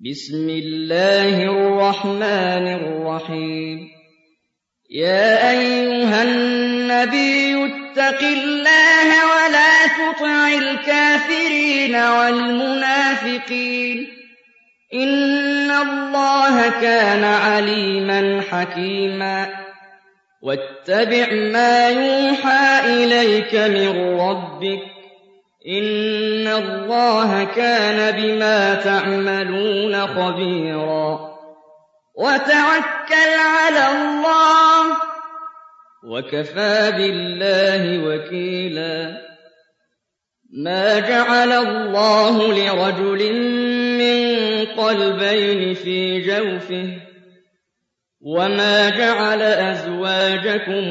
بسم الله الرحمن الرحيم يا أيها النبي اتق الله ولا تطع الكافرين والمنافقين إن الله كان عليما حكيما واتبع ما يوحى إليك من ربك إن الله كان بما تعملون خبيرا وتوكل على الله وكفى بالله وكيلا ما جعل الله لرجل من قلبين في جوفه وما جعل أزواجكم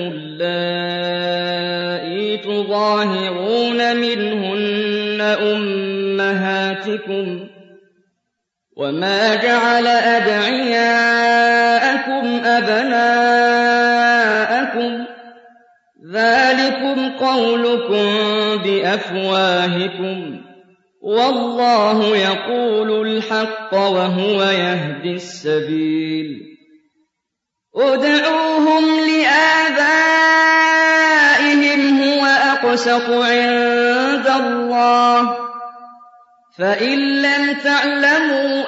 اللائي تظاهرون منهن أمهاتكم وما جعل أدعياءكم أبناءكم ذلكم قولكم بأفواهكم والله يقول الحق وهو يهدي السبيل ادعوهم لآبائهم هو أقسط عند الله فإن لم تعلموا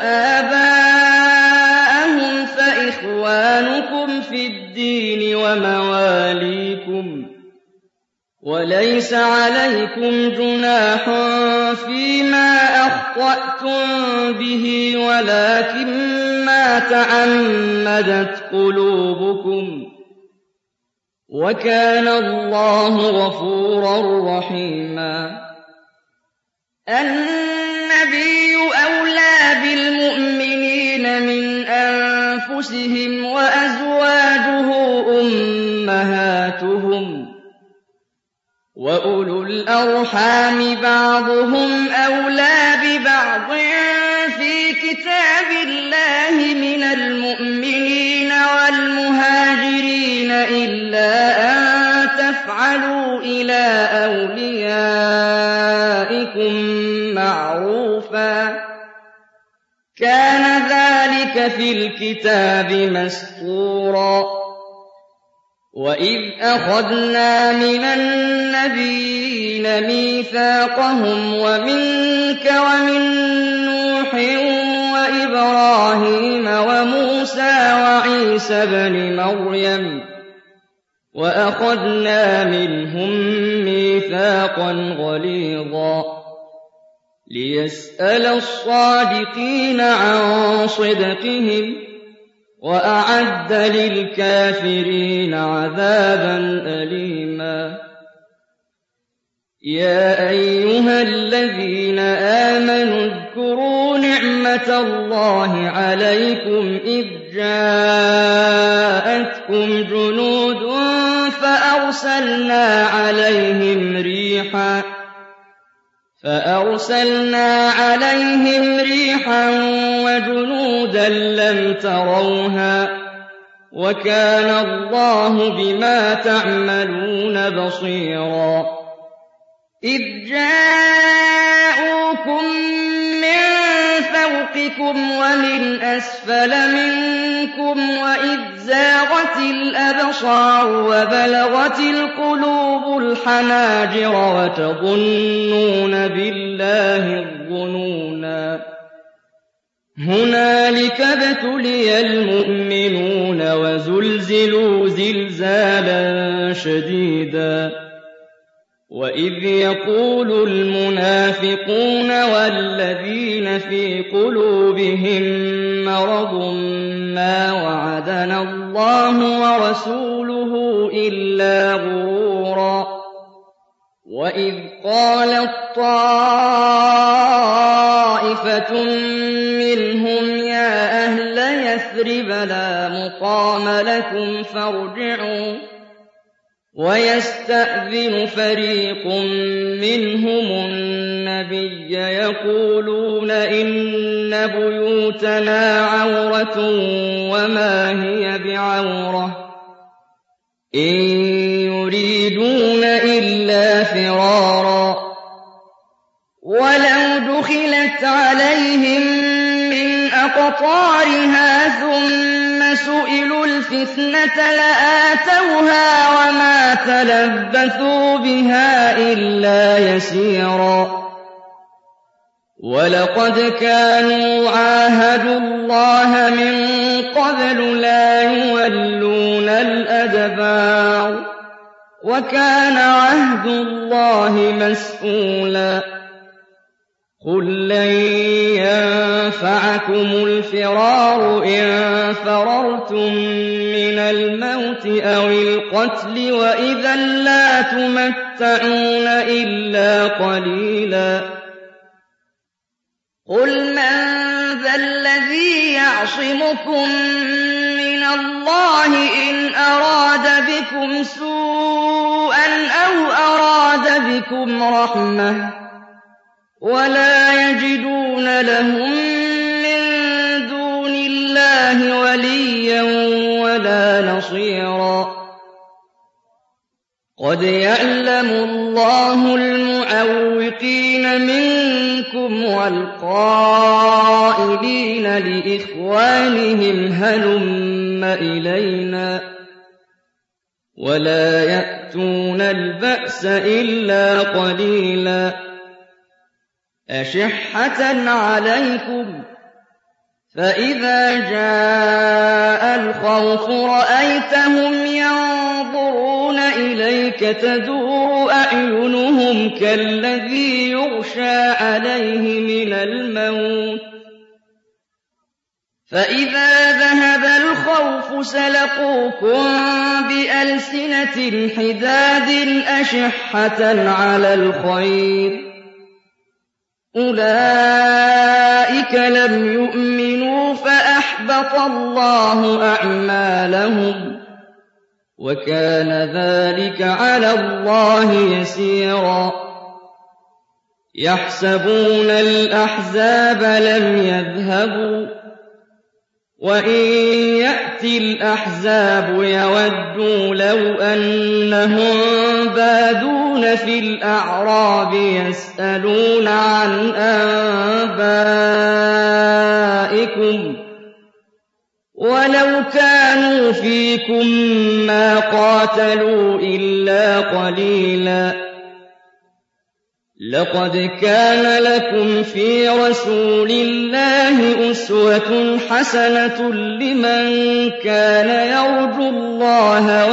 آباءهم فإخوانكم في الدين ومواليكم وليس عليكم جناح فيما أخطأتم به ولكن ما تعمدت قلوبكم وكان الله غفورا رحيما النبي أولى بالمؤمنين من أنفسهم وأزواجه أمهاتهم وأولو الأرحام بعضهم أولى ببعض في كتاب الله من المؤمنين والمهاجرين إلا أن تفعلوا إلى أوليائكم معروفا كان ذلك في الكتاب مسطورا وإذ أخذنا من النبيين ميثاقهم ومنك ومن نوح وإبراهيم وموسى وعيسى بن مريم وأخذنا منهم ميثاقا غليظا ليسأل الصادقين عن صدقهم وأعد للكافرين عذابا أليما يا أيها الذين آمنوا اذكروا نعمة الله عليكم إذ جاءتكم جنود فأرسلنا عليهم ريحا وجنودا لم تروها وكان الله بما تعملون بصيرا إذ جاءوكم من فوقكم ومن أسفل منكم وإذ زاغت الأبصار وبلغت القلوب الحناجر وتظنون بالله الظنونا هنالك ابتلي المؤمنون وزلزلوا زلزالا شديدا وإذ يقول المنافقون والذين في قلوبهم مرض ما وعدنا الله ورسوله إلا غرورا وإذ قالت طائفة منهم يا أهل يثرب لا مقام لكم فارجعوا ويستأذن فريق منهم النبي يقولون إن بيوتنا عورة وما هي بعورة إن يريدون إلا فرارا ولو دخلت عليهم من أقطارها ثم سئلوا الفتنة لآتوها وما تلبثوا بها إلا يسيرا ولقد كانوا عاهدوا الله من قبل لا يولون الأدبار وكان عهد الله مسئولا قل لن ينفعكم الفرار إن فررتم من الموت أو القتل وإذا لا تمتعون إلا قليلا قل من ذا الذي يعصمكم من الله إن أراد بكم سوءا أو أراد بكم رحمة ولا يجدون لهم من دون الله وليا ولا نصيرا قد يعلم الله المعوقين منكم والقائلين لإخوانهم هلم إلينا ولا يأتون البأس إلا قليلا أشحة عليكم فإذا جاء الخوف رأيتهم ينظرون إليك تدور أعينهم كالذي يغشى عليه من الموت فإذا ذهب الخوف سلقوكم بألسنة حداد أشحة على الخير أولئك لم يؤمنوا فأحبط الله أعمالهم وكان ذلك على الله يسيرا يحسبون الأحزاب لم يذهبوا وإن يأتي الأحزاب يودوا لو أنهم بادون في الأعراب يسألون عن أنبائكم ولو كانوا فيكم ما قاتلوا إلا قليلا لقد كان لكم في رسول الله أسوة حسنة لمن كان يرجو الله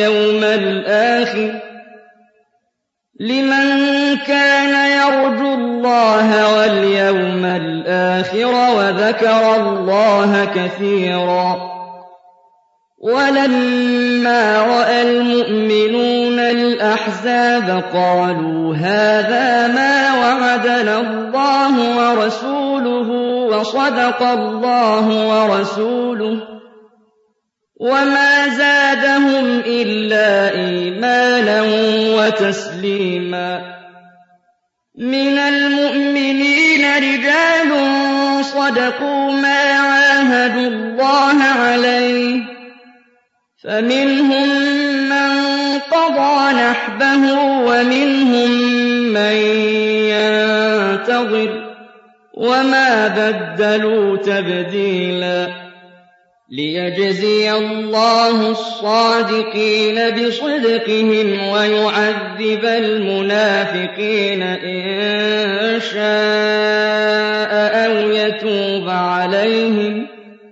واليوم الآخر وذكر الله كثيرا ولما رأى المؤمنون الأحزاب قالوا هذا ما وعدنا الله ورسوله وصدق الله ورسوله وما زادهم إلا إيمانا وتسليما من المؤمنين رجال صدقوا ما عاهدوا الله عليه فمنهم من قضى نحبه ومنهم من ينتظر وما بدلوا تبديلا ليجزي الله الصادقين بصدقهم ويعذب المنافقين إن شاء أو يتوب عليهم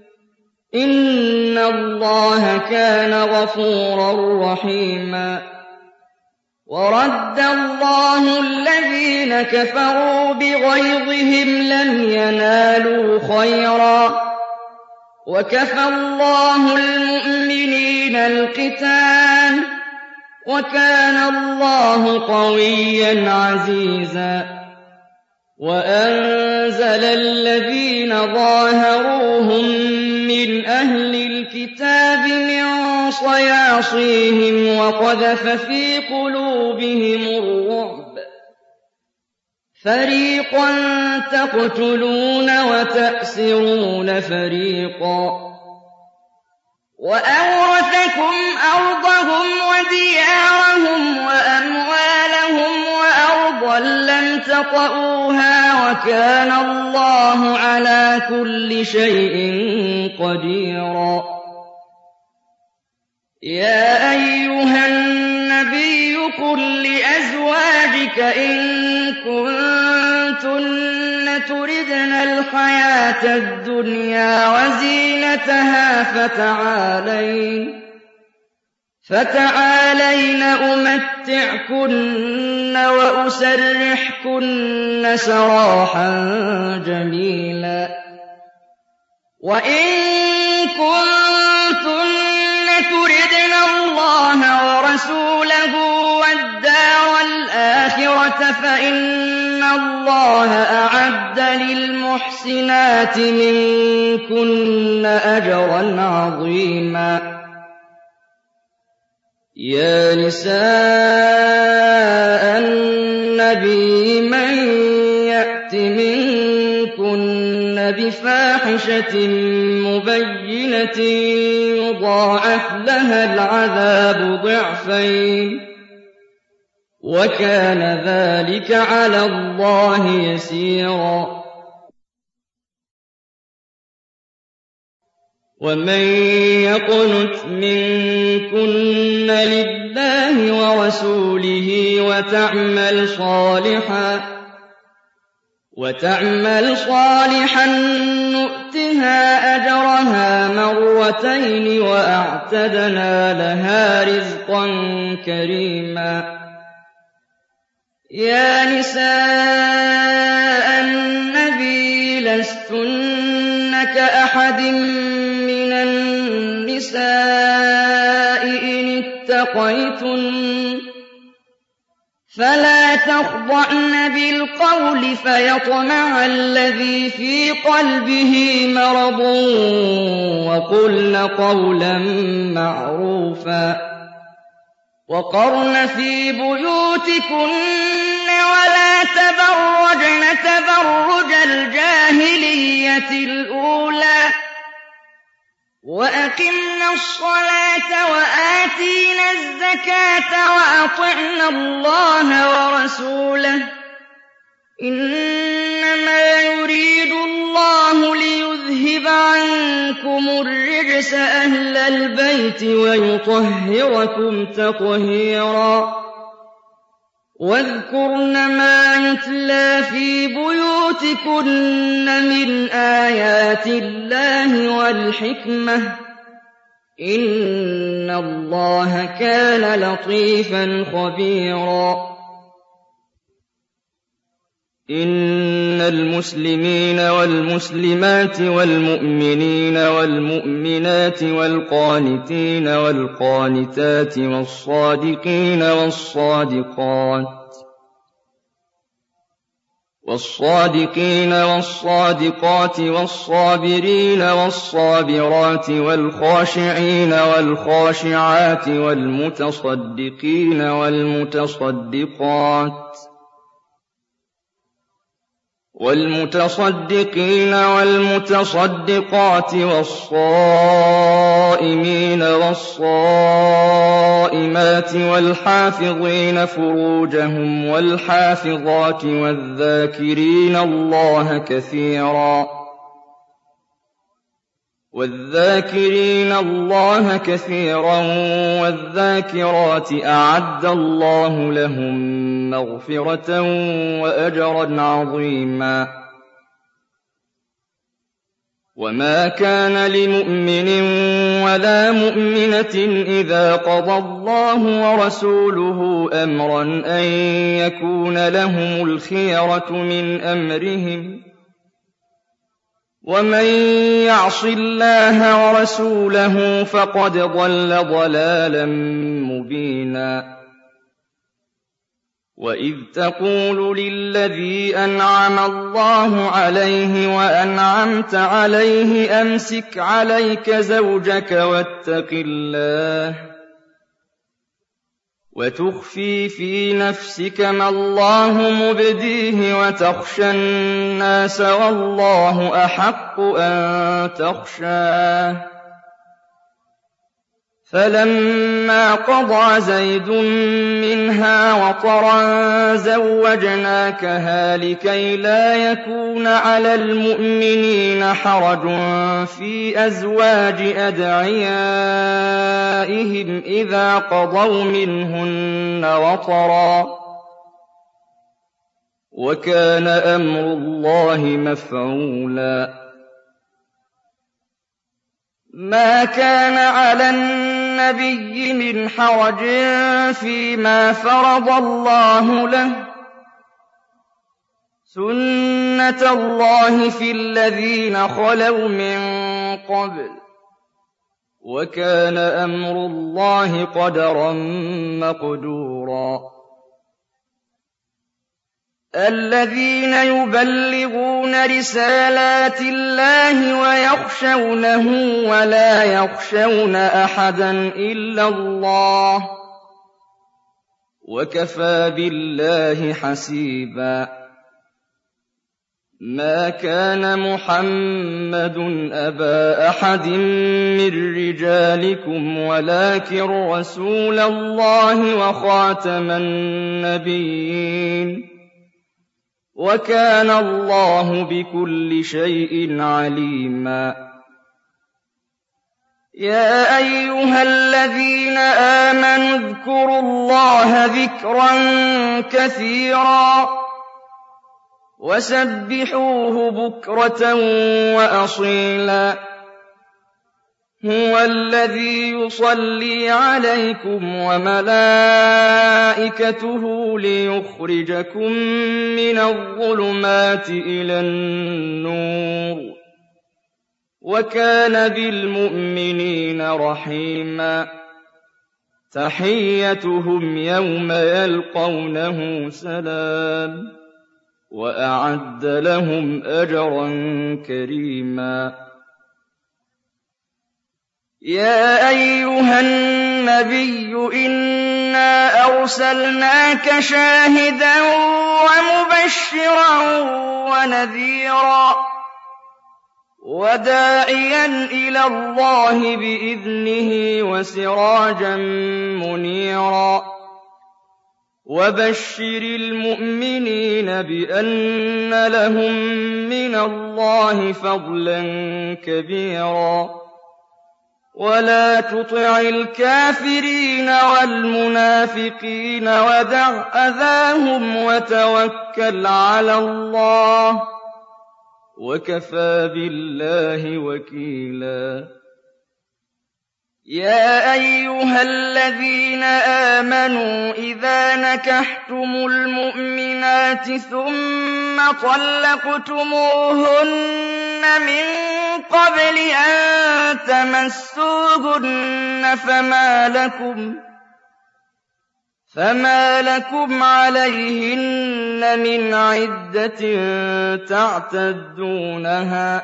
إن الله كان غفورا رحيما ورد الله الذين كفروا بغيظهم لم ينالوا خيرا وكفى الله المؤمنين القتال وكان الله قويا عزيزا وأنزل الذين ظاهروهم من أهل الكتاب من صياصيهم وقذف في قلوبهم الرعب فريقا تقتلون وتأسرون فريقا وأورثكم أرضهم وديارهم وأموالهم وأرضا لم تطئوها وكان الله على كل شيء قديرا يا أيها النبي قل لأزواجك إن كنتن تردن الحياة الدنيا وزينتها فتعالين أمتعكن وأسرحكن سراحا جميلا وإن كنتن تردن الله ورسوله والدار الآخرة فإن الله أعد للمحسنات منكن أجرا عظيما يا نساء النبي من يأت منكن بفاحشة مبينة يضاعف لها العذاب ضعفين وكان ذلك على الله يسيرا ومن يقنت منكن لله ورسوله وتعمل صالحا نؤتها أجرها مرتين وأعتدنا لها رزقا كريما يا نساء النبي لستن كأحد من النساء إن اتقيتن فلا تخضعن بالقول فيطمع الذي في قلبه مرض وقلن قولا معروفا وقرن في بيوتكن ولا تبرجن تبرج الجاهلية الأولى وأقمنا الصلاة وآتينا الزكاة وأطعنا الله ورسوله إنما يريد الله ليذهب عنكم الرجس أهل البيت ويطهركم تطهيرا واذكرن ما يتلى في بيوتكن من آيات الله والحكمة إن الله كان لطيفا خبيرا إن المسلمين والمسلمات والمؤمنين والمؤمنات والقانتين والقانتات والصادقين والصادقات والصابرين والصابرات والخاشعين والخاشعات والمتصدقين والمتصدقات والصائمين والصائمات والحافظين فروجهم والحافظات والذاكرين الله كثيرا والذاكرات أعد الله لهم مغفرة وأجرا عظيما وما كان لمؤمن ولا مؤمنة إذا قضى الله ورسوله أمرا أن يكون لهم الخيرة من أمرهم ومن يعص الله ورسوله فقد ضل ضلالا مبينا وإذ تقول للذي أنعم الله عليه وأنعمت عليه أمسك عليك زوجك واتق الله وتخفي في نفسك ما الله مبديه وتخشى الناس والله أحق أن تخشاه فَلَمَّا قَضَىٰ زَيْدٌ مِّنْهَا وَطَرًا زَوَّجْنَاكَهَا لِكَيْ لَا يَكُونَ عَلَى الْمُؤْمِنِينَ حَرَجٌ فِي أَزْوَاجِ أَدْعِيَائِهِمْ إِذَا قَضَوْا مِنْهُنَّ وَطَرًا ۚ وَكَانَ أَمْرُ اللَّهِ مَفْعُولًا. مَا كَانَ عَلَى النَّبِيِّ مِنْ حَرَجٍ فِيمَا فَرَضَ اللَّهُ لَهُ ۖ سُنَّةَ اللَّهِ فِي الَّذِينَ خَلَوْا مِن قَبْلُ ۚ وَكَانَ أَمْرُ اللَّهِ قَدَرًا مَّقْدُورًا. الَّذِينَ يُبَلِّغُونَ رِسَالَاتِ اللَّهِ وَيَخْشَوْنَهُ وَلَا يَخْشَوْنَ أَحَدًا إِلَّا اللَّهَ ۗ وَكَفَىٰ بِاللَّهِ حَسِيبًا. مَا كَانَ مُحَمَّدٌ أَبَا أَحَدٍ مِّن رِّجَالِكُمْ وَلَٰكِن رَّسُولَ اللَّهِ وَخَاتَمَ النَّبِيِّينَ ۗ وَكَانَ اللَّهُ بِكُلِّ شَيْءٍ عَلِيمًا. يَا أَيُّهَا الَّذِينَ آمَنُوا اذْكُرُوا اللَّهَ ذِكْرًا كَثِيرًا وَسَبِّحُوهُ بُكْرَةً وَأَصِيلًا. هُوَ الَّذِي يُصَلِّي عَلَيْكُمْ وَمَلَائِكَتُهُ لِيُخْرِجَكُم مِّنَ الظُّلُمَاتِ إِلَى النُّورِ ۚ وَكَانَ بِالْمُؤْمِنِينَ رَحِيمًا. تَحِيَّتُهُمْ يَوْمَ يَلْقَوْنَهُ سَلَامٌ ۚ وَأَعَدَّ لَهُمْ أَجْرًا كَرِيمًا. يَا أَيُّهَا النَّبِيُّ إِنَّا أَرْسَلْنَاكَ شَاهِدًا وَمُبَشِّرًا وَنَذِيرًا وَدَاعِيًا إِلَى اللَّهِ بِإِذْنِهِ وَسِرَاجًا مُّنِيرًا. وَبَشِّرِ الْمُؤْمِنِينَ بِأَنَّ لَهُم مِّنَ اللَّهِ فَضْلًا كَبِيرًا. وَلَا تُطِعِ الْكَافِرِينَ وَالْمُنَافِقِينَ وَدَعْ أَذَاهُمْ وَتَوَكَّلْ عَلَى اللَّهِ ۚ وَكَفَىٰ بِاللَّهِ وَكِيلًا. يَا أَيُّهَا الَّذِينَ آمَنُوا إِذَا نَكَحْتُمُ الْمُؤْمِنَاتِ ثُمَّ طَلَّقْتُمُوهُنَّ مِن قَبْلِ أَن تَمَسُّوهُنَّ فَمَا لَكُمْ عَلَيْهِنَّ مِنْ عِدَّةٍ تَعْتَدُّونَهَا ۖ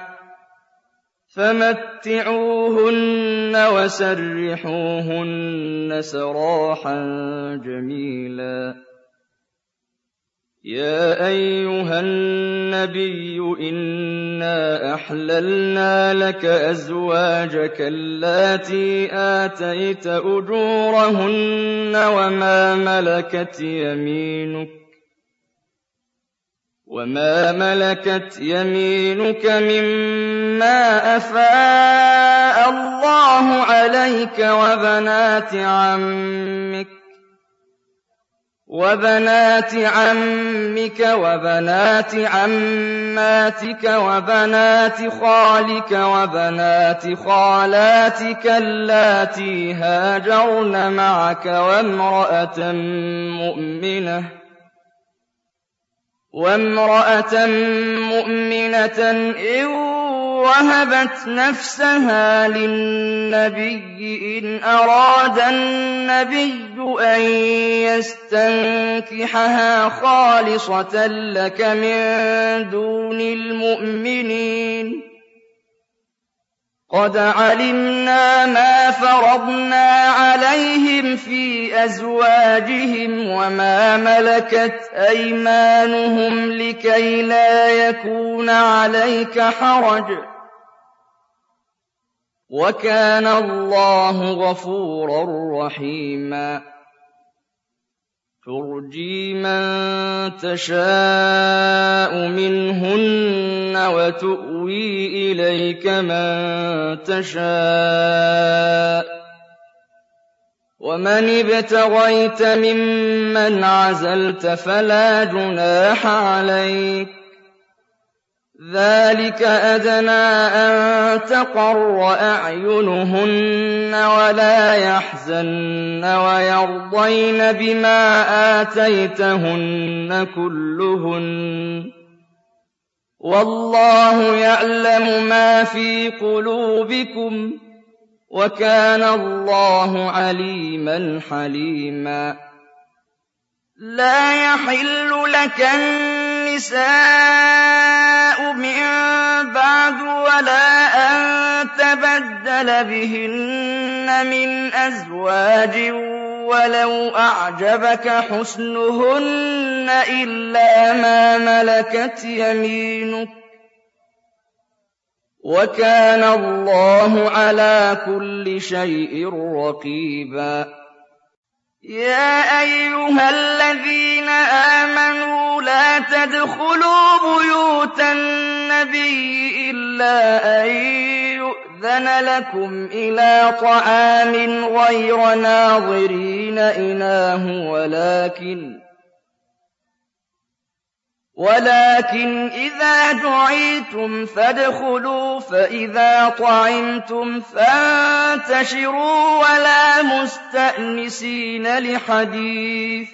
فَمَتِّعُوهُنَّ وَسَرِّحُوهُنَّ سَرَاحًا جَمِيلًا. يَا أَيُّهَا النَّبِيُّ إِنَّا أَحْلَلْنَا لَكَ أَزْوَاجَكَ اللَّاتِي آتَيْتَ أُجُورَهُنَّ وَمَا مَلَكَتْ يَمِينُكَ مِمَّا أَفَاءَ اللَّهُ عَلَيْكَ وَبَنَاتِ عَمِّكَ وَبَنَاتِ عَمَّاتِكَ وَبَنَاتِ خَالِكَ وَبَنَاتِ خَالَاتِكَ اللَّاتِي هَاجَرْنَ مَعَكَ وَامْرَأَةً مُّؤْمِنَةً إِن وَهَبَتْ نَفْسَهَا لِلنَّبِيِّ إِنْ أَرَادَ النَّبِيُّ أَن يَسْتَنكِحَهَا خَالِصَةً لَّكَ مِن دُونِ الْمُؤْمِنِينَ ۗ قَدْ عَلِمْنَا مَا فَرَضْنَا عَلَيْهِمْ فِي أَزْوَاجِهِمْ وَمَا مَلَكَتْ أَيْمَانُهُمْ لِكَيْ لَا يَكُونَ عَلَيْكَ حَرَجٌ ۗ وَأَحِلُّوا لَهُمْ طَيِّبَاتِ مَا رَزَقْنَاكُمْ مِن قَبْلِ أَن تَمَسُّوهُنَّ فَمَا لَكُمْ عَلَيْهِنَّ مِنْ عِدَّةٍ تَعْتَدُّونَهَا ۖ فَمَتِّعُوهُنَّ وَسَرِّحُوهُنَّ سَرَاحًا جَمِيلًا. يَا أَيُّهَا الَّذِينَ آمَنُوا إِذَا نَكَحْتُمُ الْمُؤْمِنَاتِ ثُمَّ طَلَّقْتُمُوهُنَّ مِن وَكَانَ اللَّهُ غَفُورًا رَّحِيمًا تُرْجِي مَن تَشَاءُ مِنْهُنَّ وَتُؤْوِي إِلَيْكَ مَن تَشَاءُ وَمَنِ ابْتَغَيْتَ مِمَّنْ عَزَلْتَ فَلَا جُنَاحَ عَلَيْكَ ۚ ذَٰلِكَ أَدْنَىٰ أَن تَقَرَّ أَعْيُنُهُنَّ وَلَا يَحْزَنَّ وَيَرْضَيْنَ بِمَا آتَيْتَهُنَّ كُلُّهُنَّ ۚ وَاللَّهُ يَعْلَمُ مَا فِي قُلُوبِكُمْ ۚ وَكَانَ اللَّهُ عَلِيمًا حَلِيمًا لَّا يَحِلُّ لَكَ النِّسَاءُ مِن بَعْدُ وَلَا أَن تَبَدَّلَ بِهِنَّ مِنْ أَزْوَاجٍ وَلَوْ أَعْجَبَكَ حُسْنُهُنَّ إِلَّا مَا مَلَكَتْ يَمِينُكَ ۗ وَكَانَ اللَّهُ عَلَىٰ كُلِّ شَيْءٍ رَّقِيبًا يَا أَيُّهَا الَّذِينَ آمَنُوا لَا تَدْخُلُوا بُيُوتَ النَّبِيِّ إِلَّا أَن يُؤْذَنَ لَكُمْ إِلَىٰ طَعَامٍ غَيْرَ نَاظِرِينَ إِنَاهُ وَلَٰكِنْ إِذَا دُعِيتُمْ فَادْخُلُوا فَإِذَا طَعِمْتُمْ فَانتَشِرُوا وَلَا مُسْتَأْنِسِينَ لِحَدِيثٍ ۚ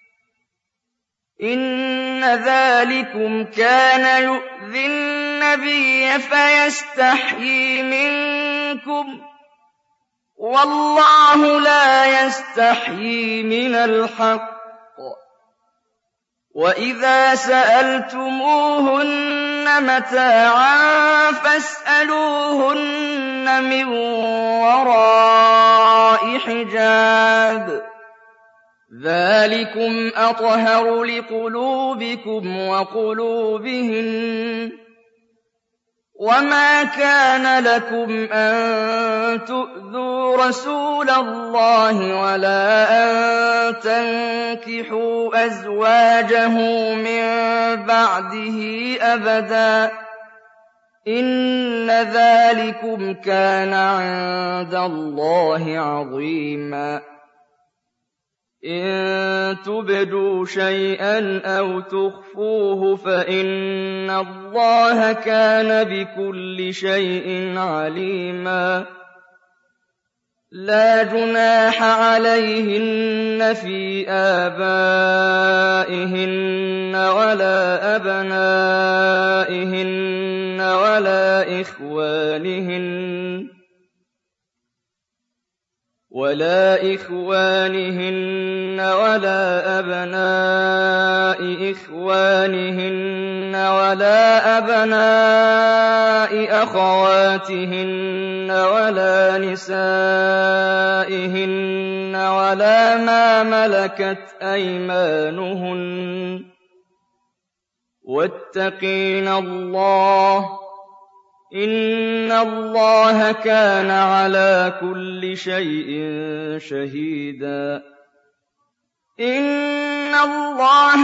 إِنَّ ذَٰلِكُمْ كَانَ يُؤْذِي النَّبِيَّ فَيَسْتَحْيِي مِنكُمْ ۖ وَاللَّهُ لَا يَسْتَحْيِي مِنَ الْحَقِّ ۚ وَإِذَا سَأَلْتُمُوهُنَّ مَتَاعًا فَاسْأَلُوهُنَّ مِن وَرَاءِ حِجَابٍ ۚ ذَٰلِكُمْ أَطْهَرُ لِقُلُوبِكُمْ وَقُلُوبِهِنَّ ۚ وَمَا كَانَ لَكُمْ أَن تُؤْذُوا رَسُولَ اللَّهِ وَلَا أَن تَنكِحُوا أَزْوَاجَهُ مِن بَعْدِهِ أَبَدًا ۚ إِنَّ ذَٰلِكُمْ كَانَ عِندَ اللَّهِ عَظِيمًا إِن تُبْدُوا شَيْئًا أَوْ تُخْفُوهُ فَإِنَّ اللَّهَ كَانَ بِكُلِّ شَيْءٍ عَلِيمًا لَّا جُنَاحَ عَلَيْهِنَّ فِي آبَائِهِنَّ وَلَا أَبْنَائِهِنَّ وَلَا إِخْوَانِهِنَّ وَلَا أَبْنَاءِ إِخْوَانِهِنَّ وَلَا أَبْنَاءِ أَخَوَاتِهِنَّ وَلَا نِسَائِهِنَّ وَلَا مَا مَلَكَتْ أَيْمَانُهُنَّ ۗ وَاتَّقِينَ اللَّهَ ۚ إِنَّ اللَّهَ كَانَ عَلَىٰ كُلِّ شَيْءٍ شَهِيدًا إِنَّ اللَّهَ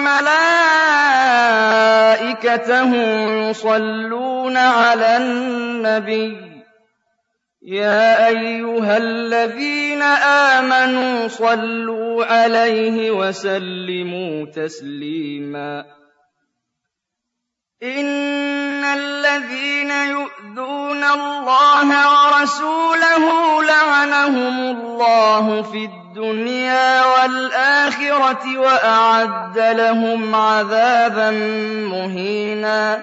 وَمَلَائِكَتَهُ يُصَلُّونَ عَلَى النَّبِيِّ يَا أَيُّهَا الَّذِينَ آمَنُوا صَلُّوا عَلَيْهِ وَسَلِّمُوا تَسْلِيمًا إِنَّ الَّذِينَ يُؤْذُونَ اللَّهَ وَرَسُولَهُ لَعَنَهُمُ اللَّهُ فِي الدُّنْيَا وَالْآخِرَةِ وَأَعَدَّ لَهُمْ عَذَابًا مُّهِينًا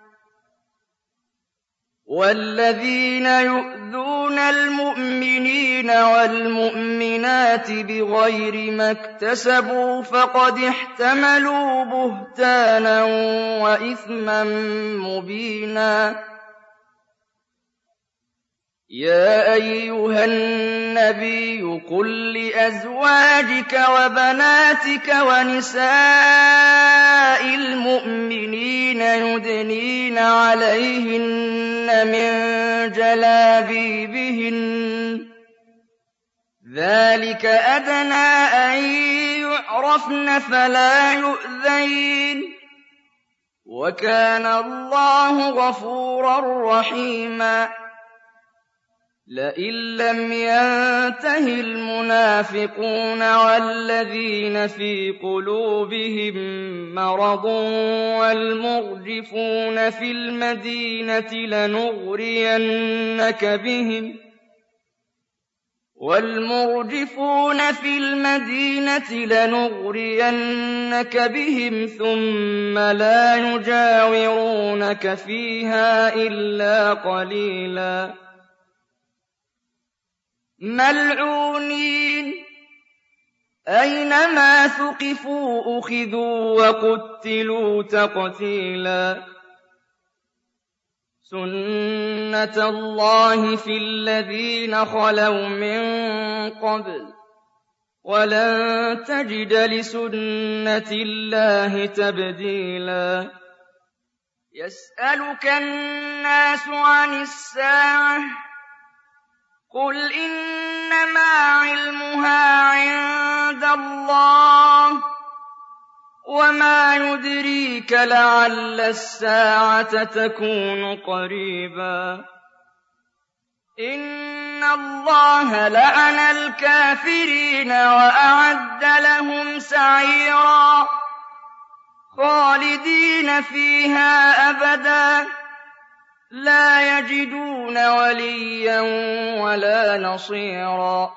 وَالَّذِينَ يُؤْذُونَ الْمُؤْمِنِينَ وَالْمُؤْمِنَاتِ بِغَيْرِ مَا اكْتَسَبُوا فَقَدِ احْتَمَلُوا بُهْتَانًا وَإِثْمًا مُّبِينًا يَا أَيُّهَا النَّبِيُّ النبي قل لأزواجك وبناتك ونساء المؤمنين يدنين عليهن من جلابيبهن ذلك أدنى أن يعرفن فلا يؤذين وكان الله غفورا رحيما لئن لم ينته المنافقون والذين في قلوبهم مرض والمرجفون في المدينة لنغرينك بهم ثم لا يجاورونك فيها إلا قليلا ملعونين أينما ثقفوا أخذوا وقتلوا تقتيلا سنة الله في الذين خلوا من قبل ولن تجد لسنة الله تبديلا يسألك الناس عن الساعة قل إنما علمها عند الله وما يدريك لعل الساعة تكون قريبا إن الله لعن الكافرين وأعد لهم سعيرا خالدين فيها أبدا لا يجدون وليا ولا نصيرا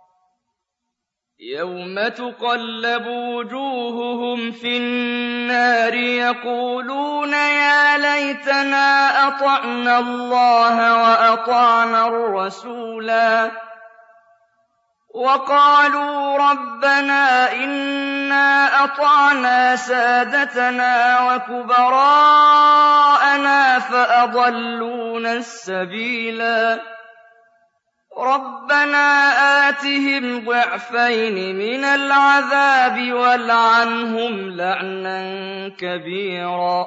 يوم تقلب وجوههم في النار يقولون يا ليتنا أطعنا الله وأطعنا الرسولا وقالوا ربنا إنا أطعنا سادتنا وكبراءنا فأضلونا السبيلا ربنا آتهم ضعفين من العذاب والعنهم لعنا كبيرا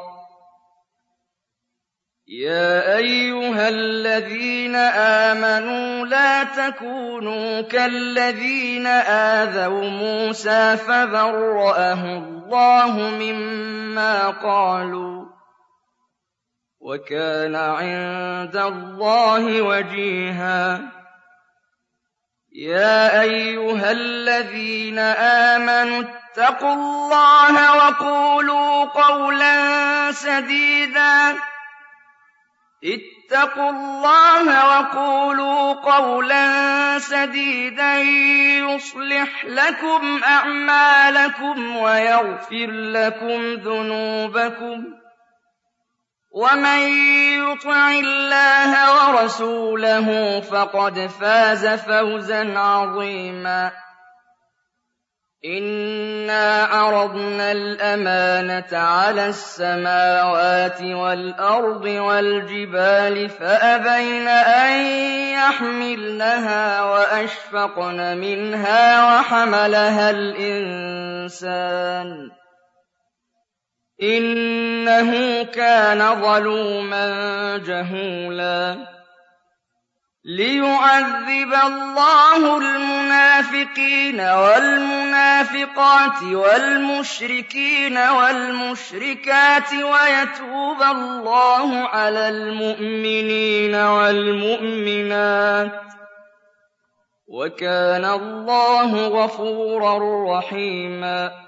يا أيها الذين آمنوا لا تكونوا كالذين آذوا موسى فبرأه الله مما قالوا وكان عند الله وجيها يا أيها الذين آمنوا اتقوا الله وقولوا قولا سديدا يصلح لكم أعمالكم ويغفر لكم ذنوبكم ومن يطع الله ورسوله فقد فاز فوزا عظيما إنا عرضنا الأمانة على السماوات والأرض والجبال فأبين أن يحملنها وأشفقن منها وحملها الإنسان إنه كان ظلوما جهولا ليعذب الله المنافقين والمنافقات والمشركين والمشركات ويتوب الله على المؤمنين والمؤمنات وكان الله غفورا رحيما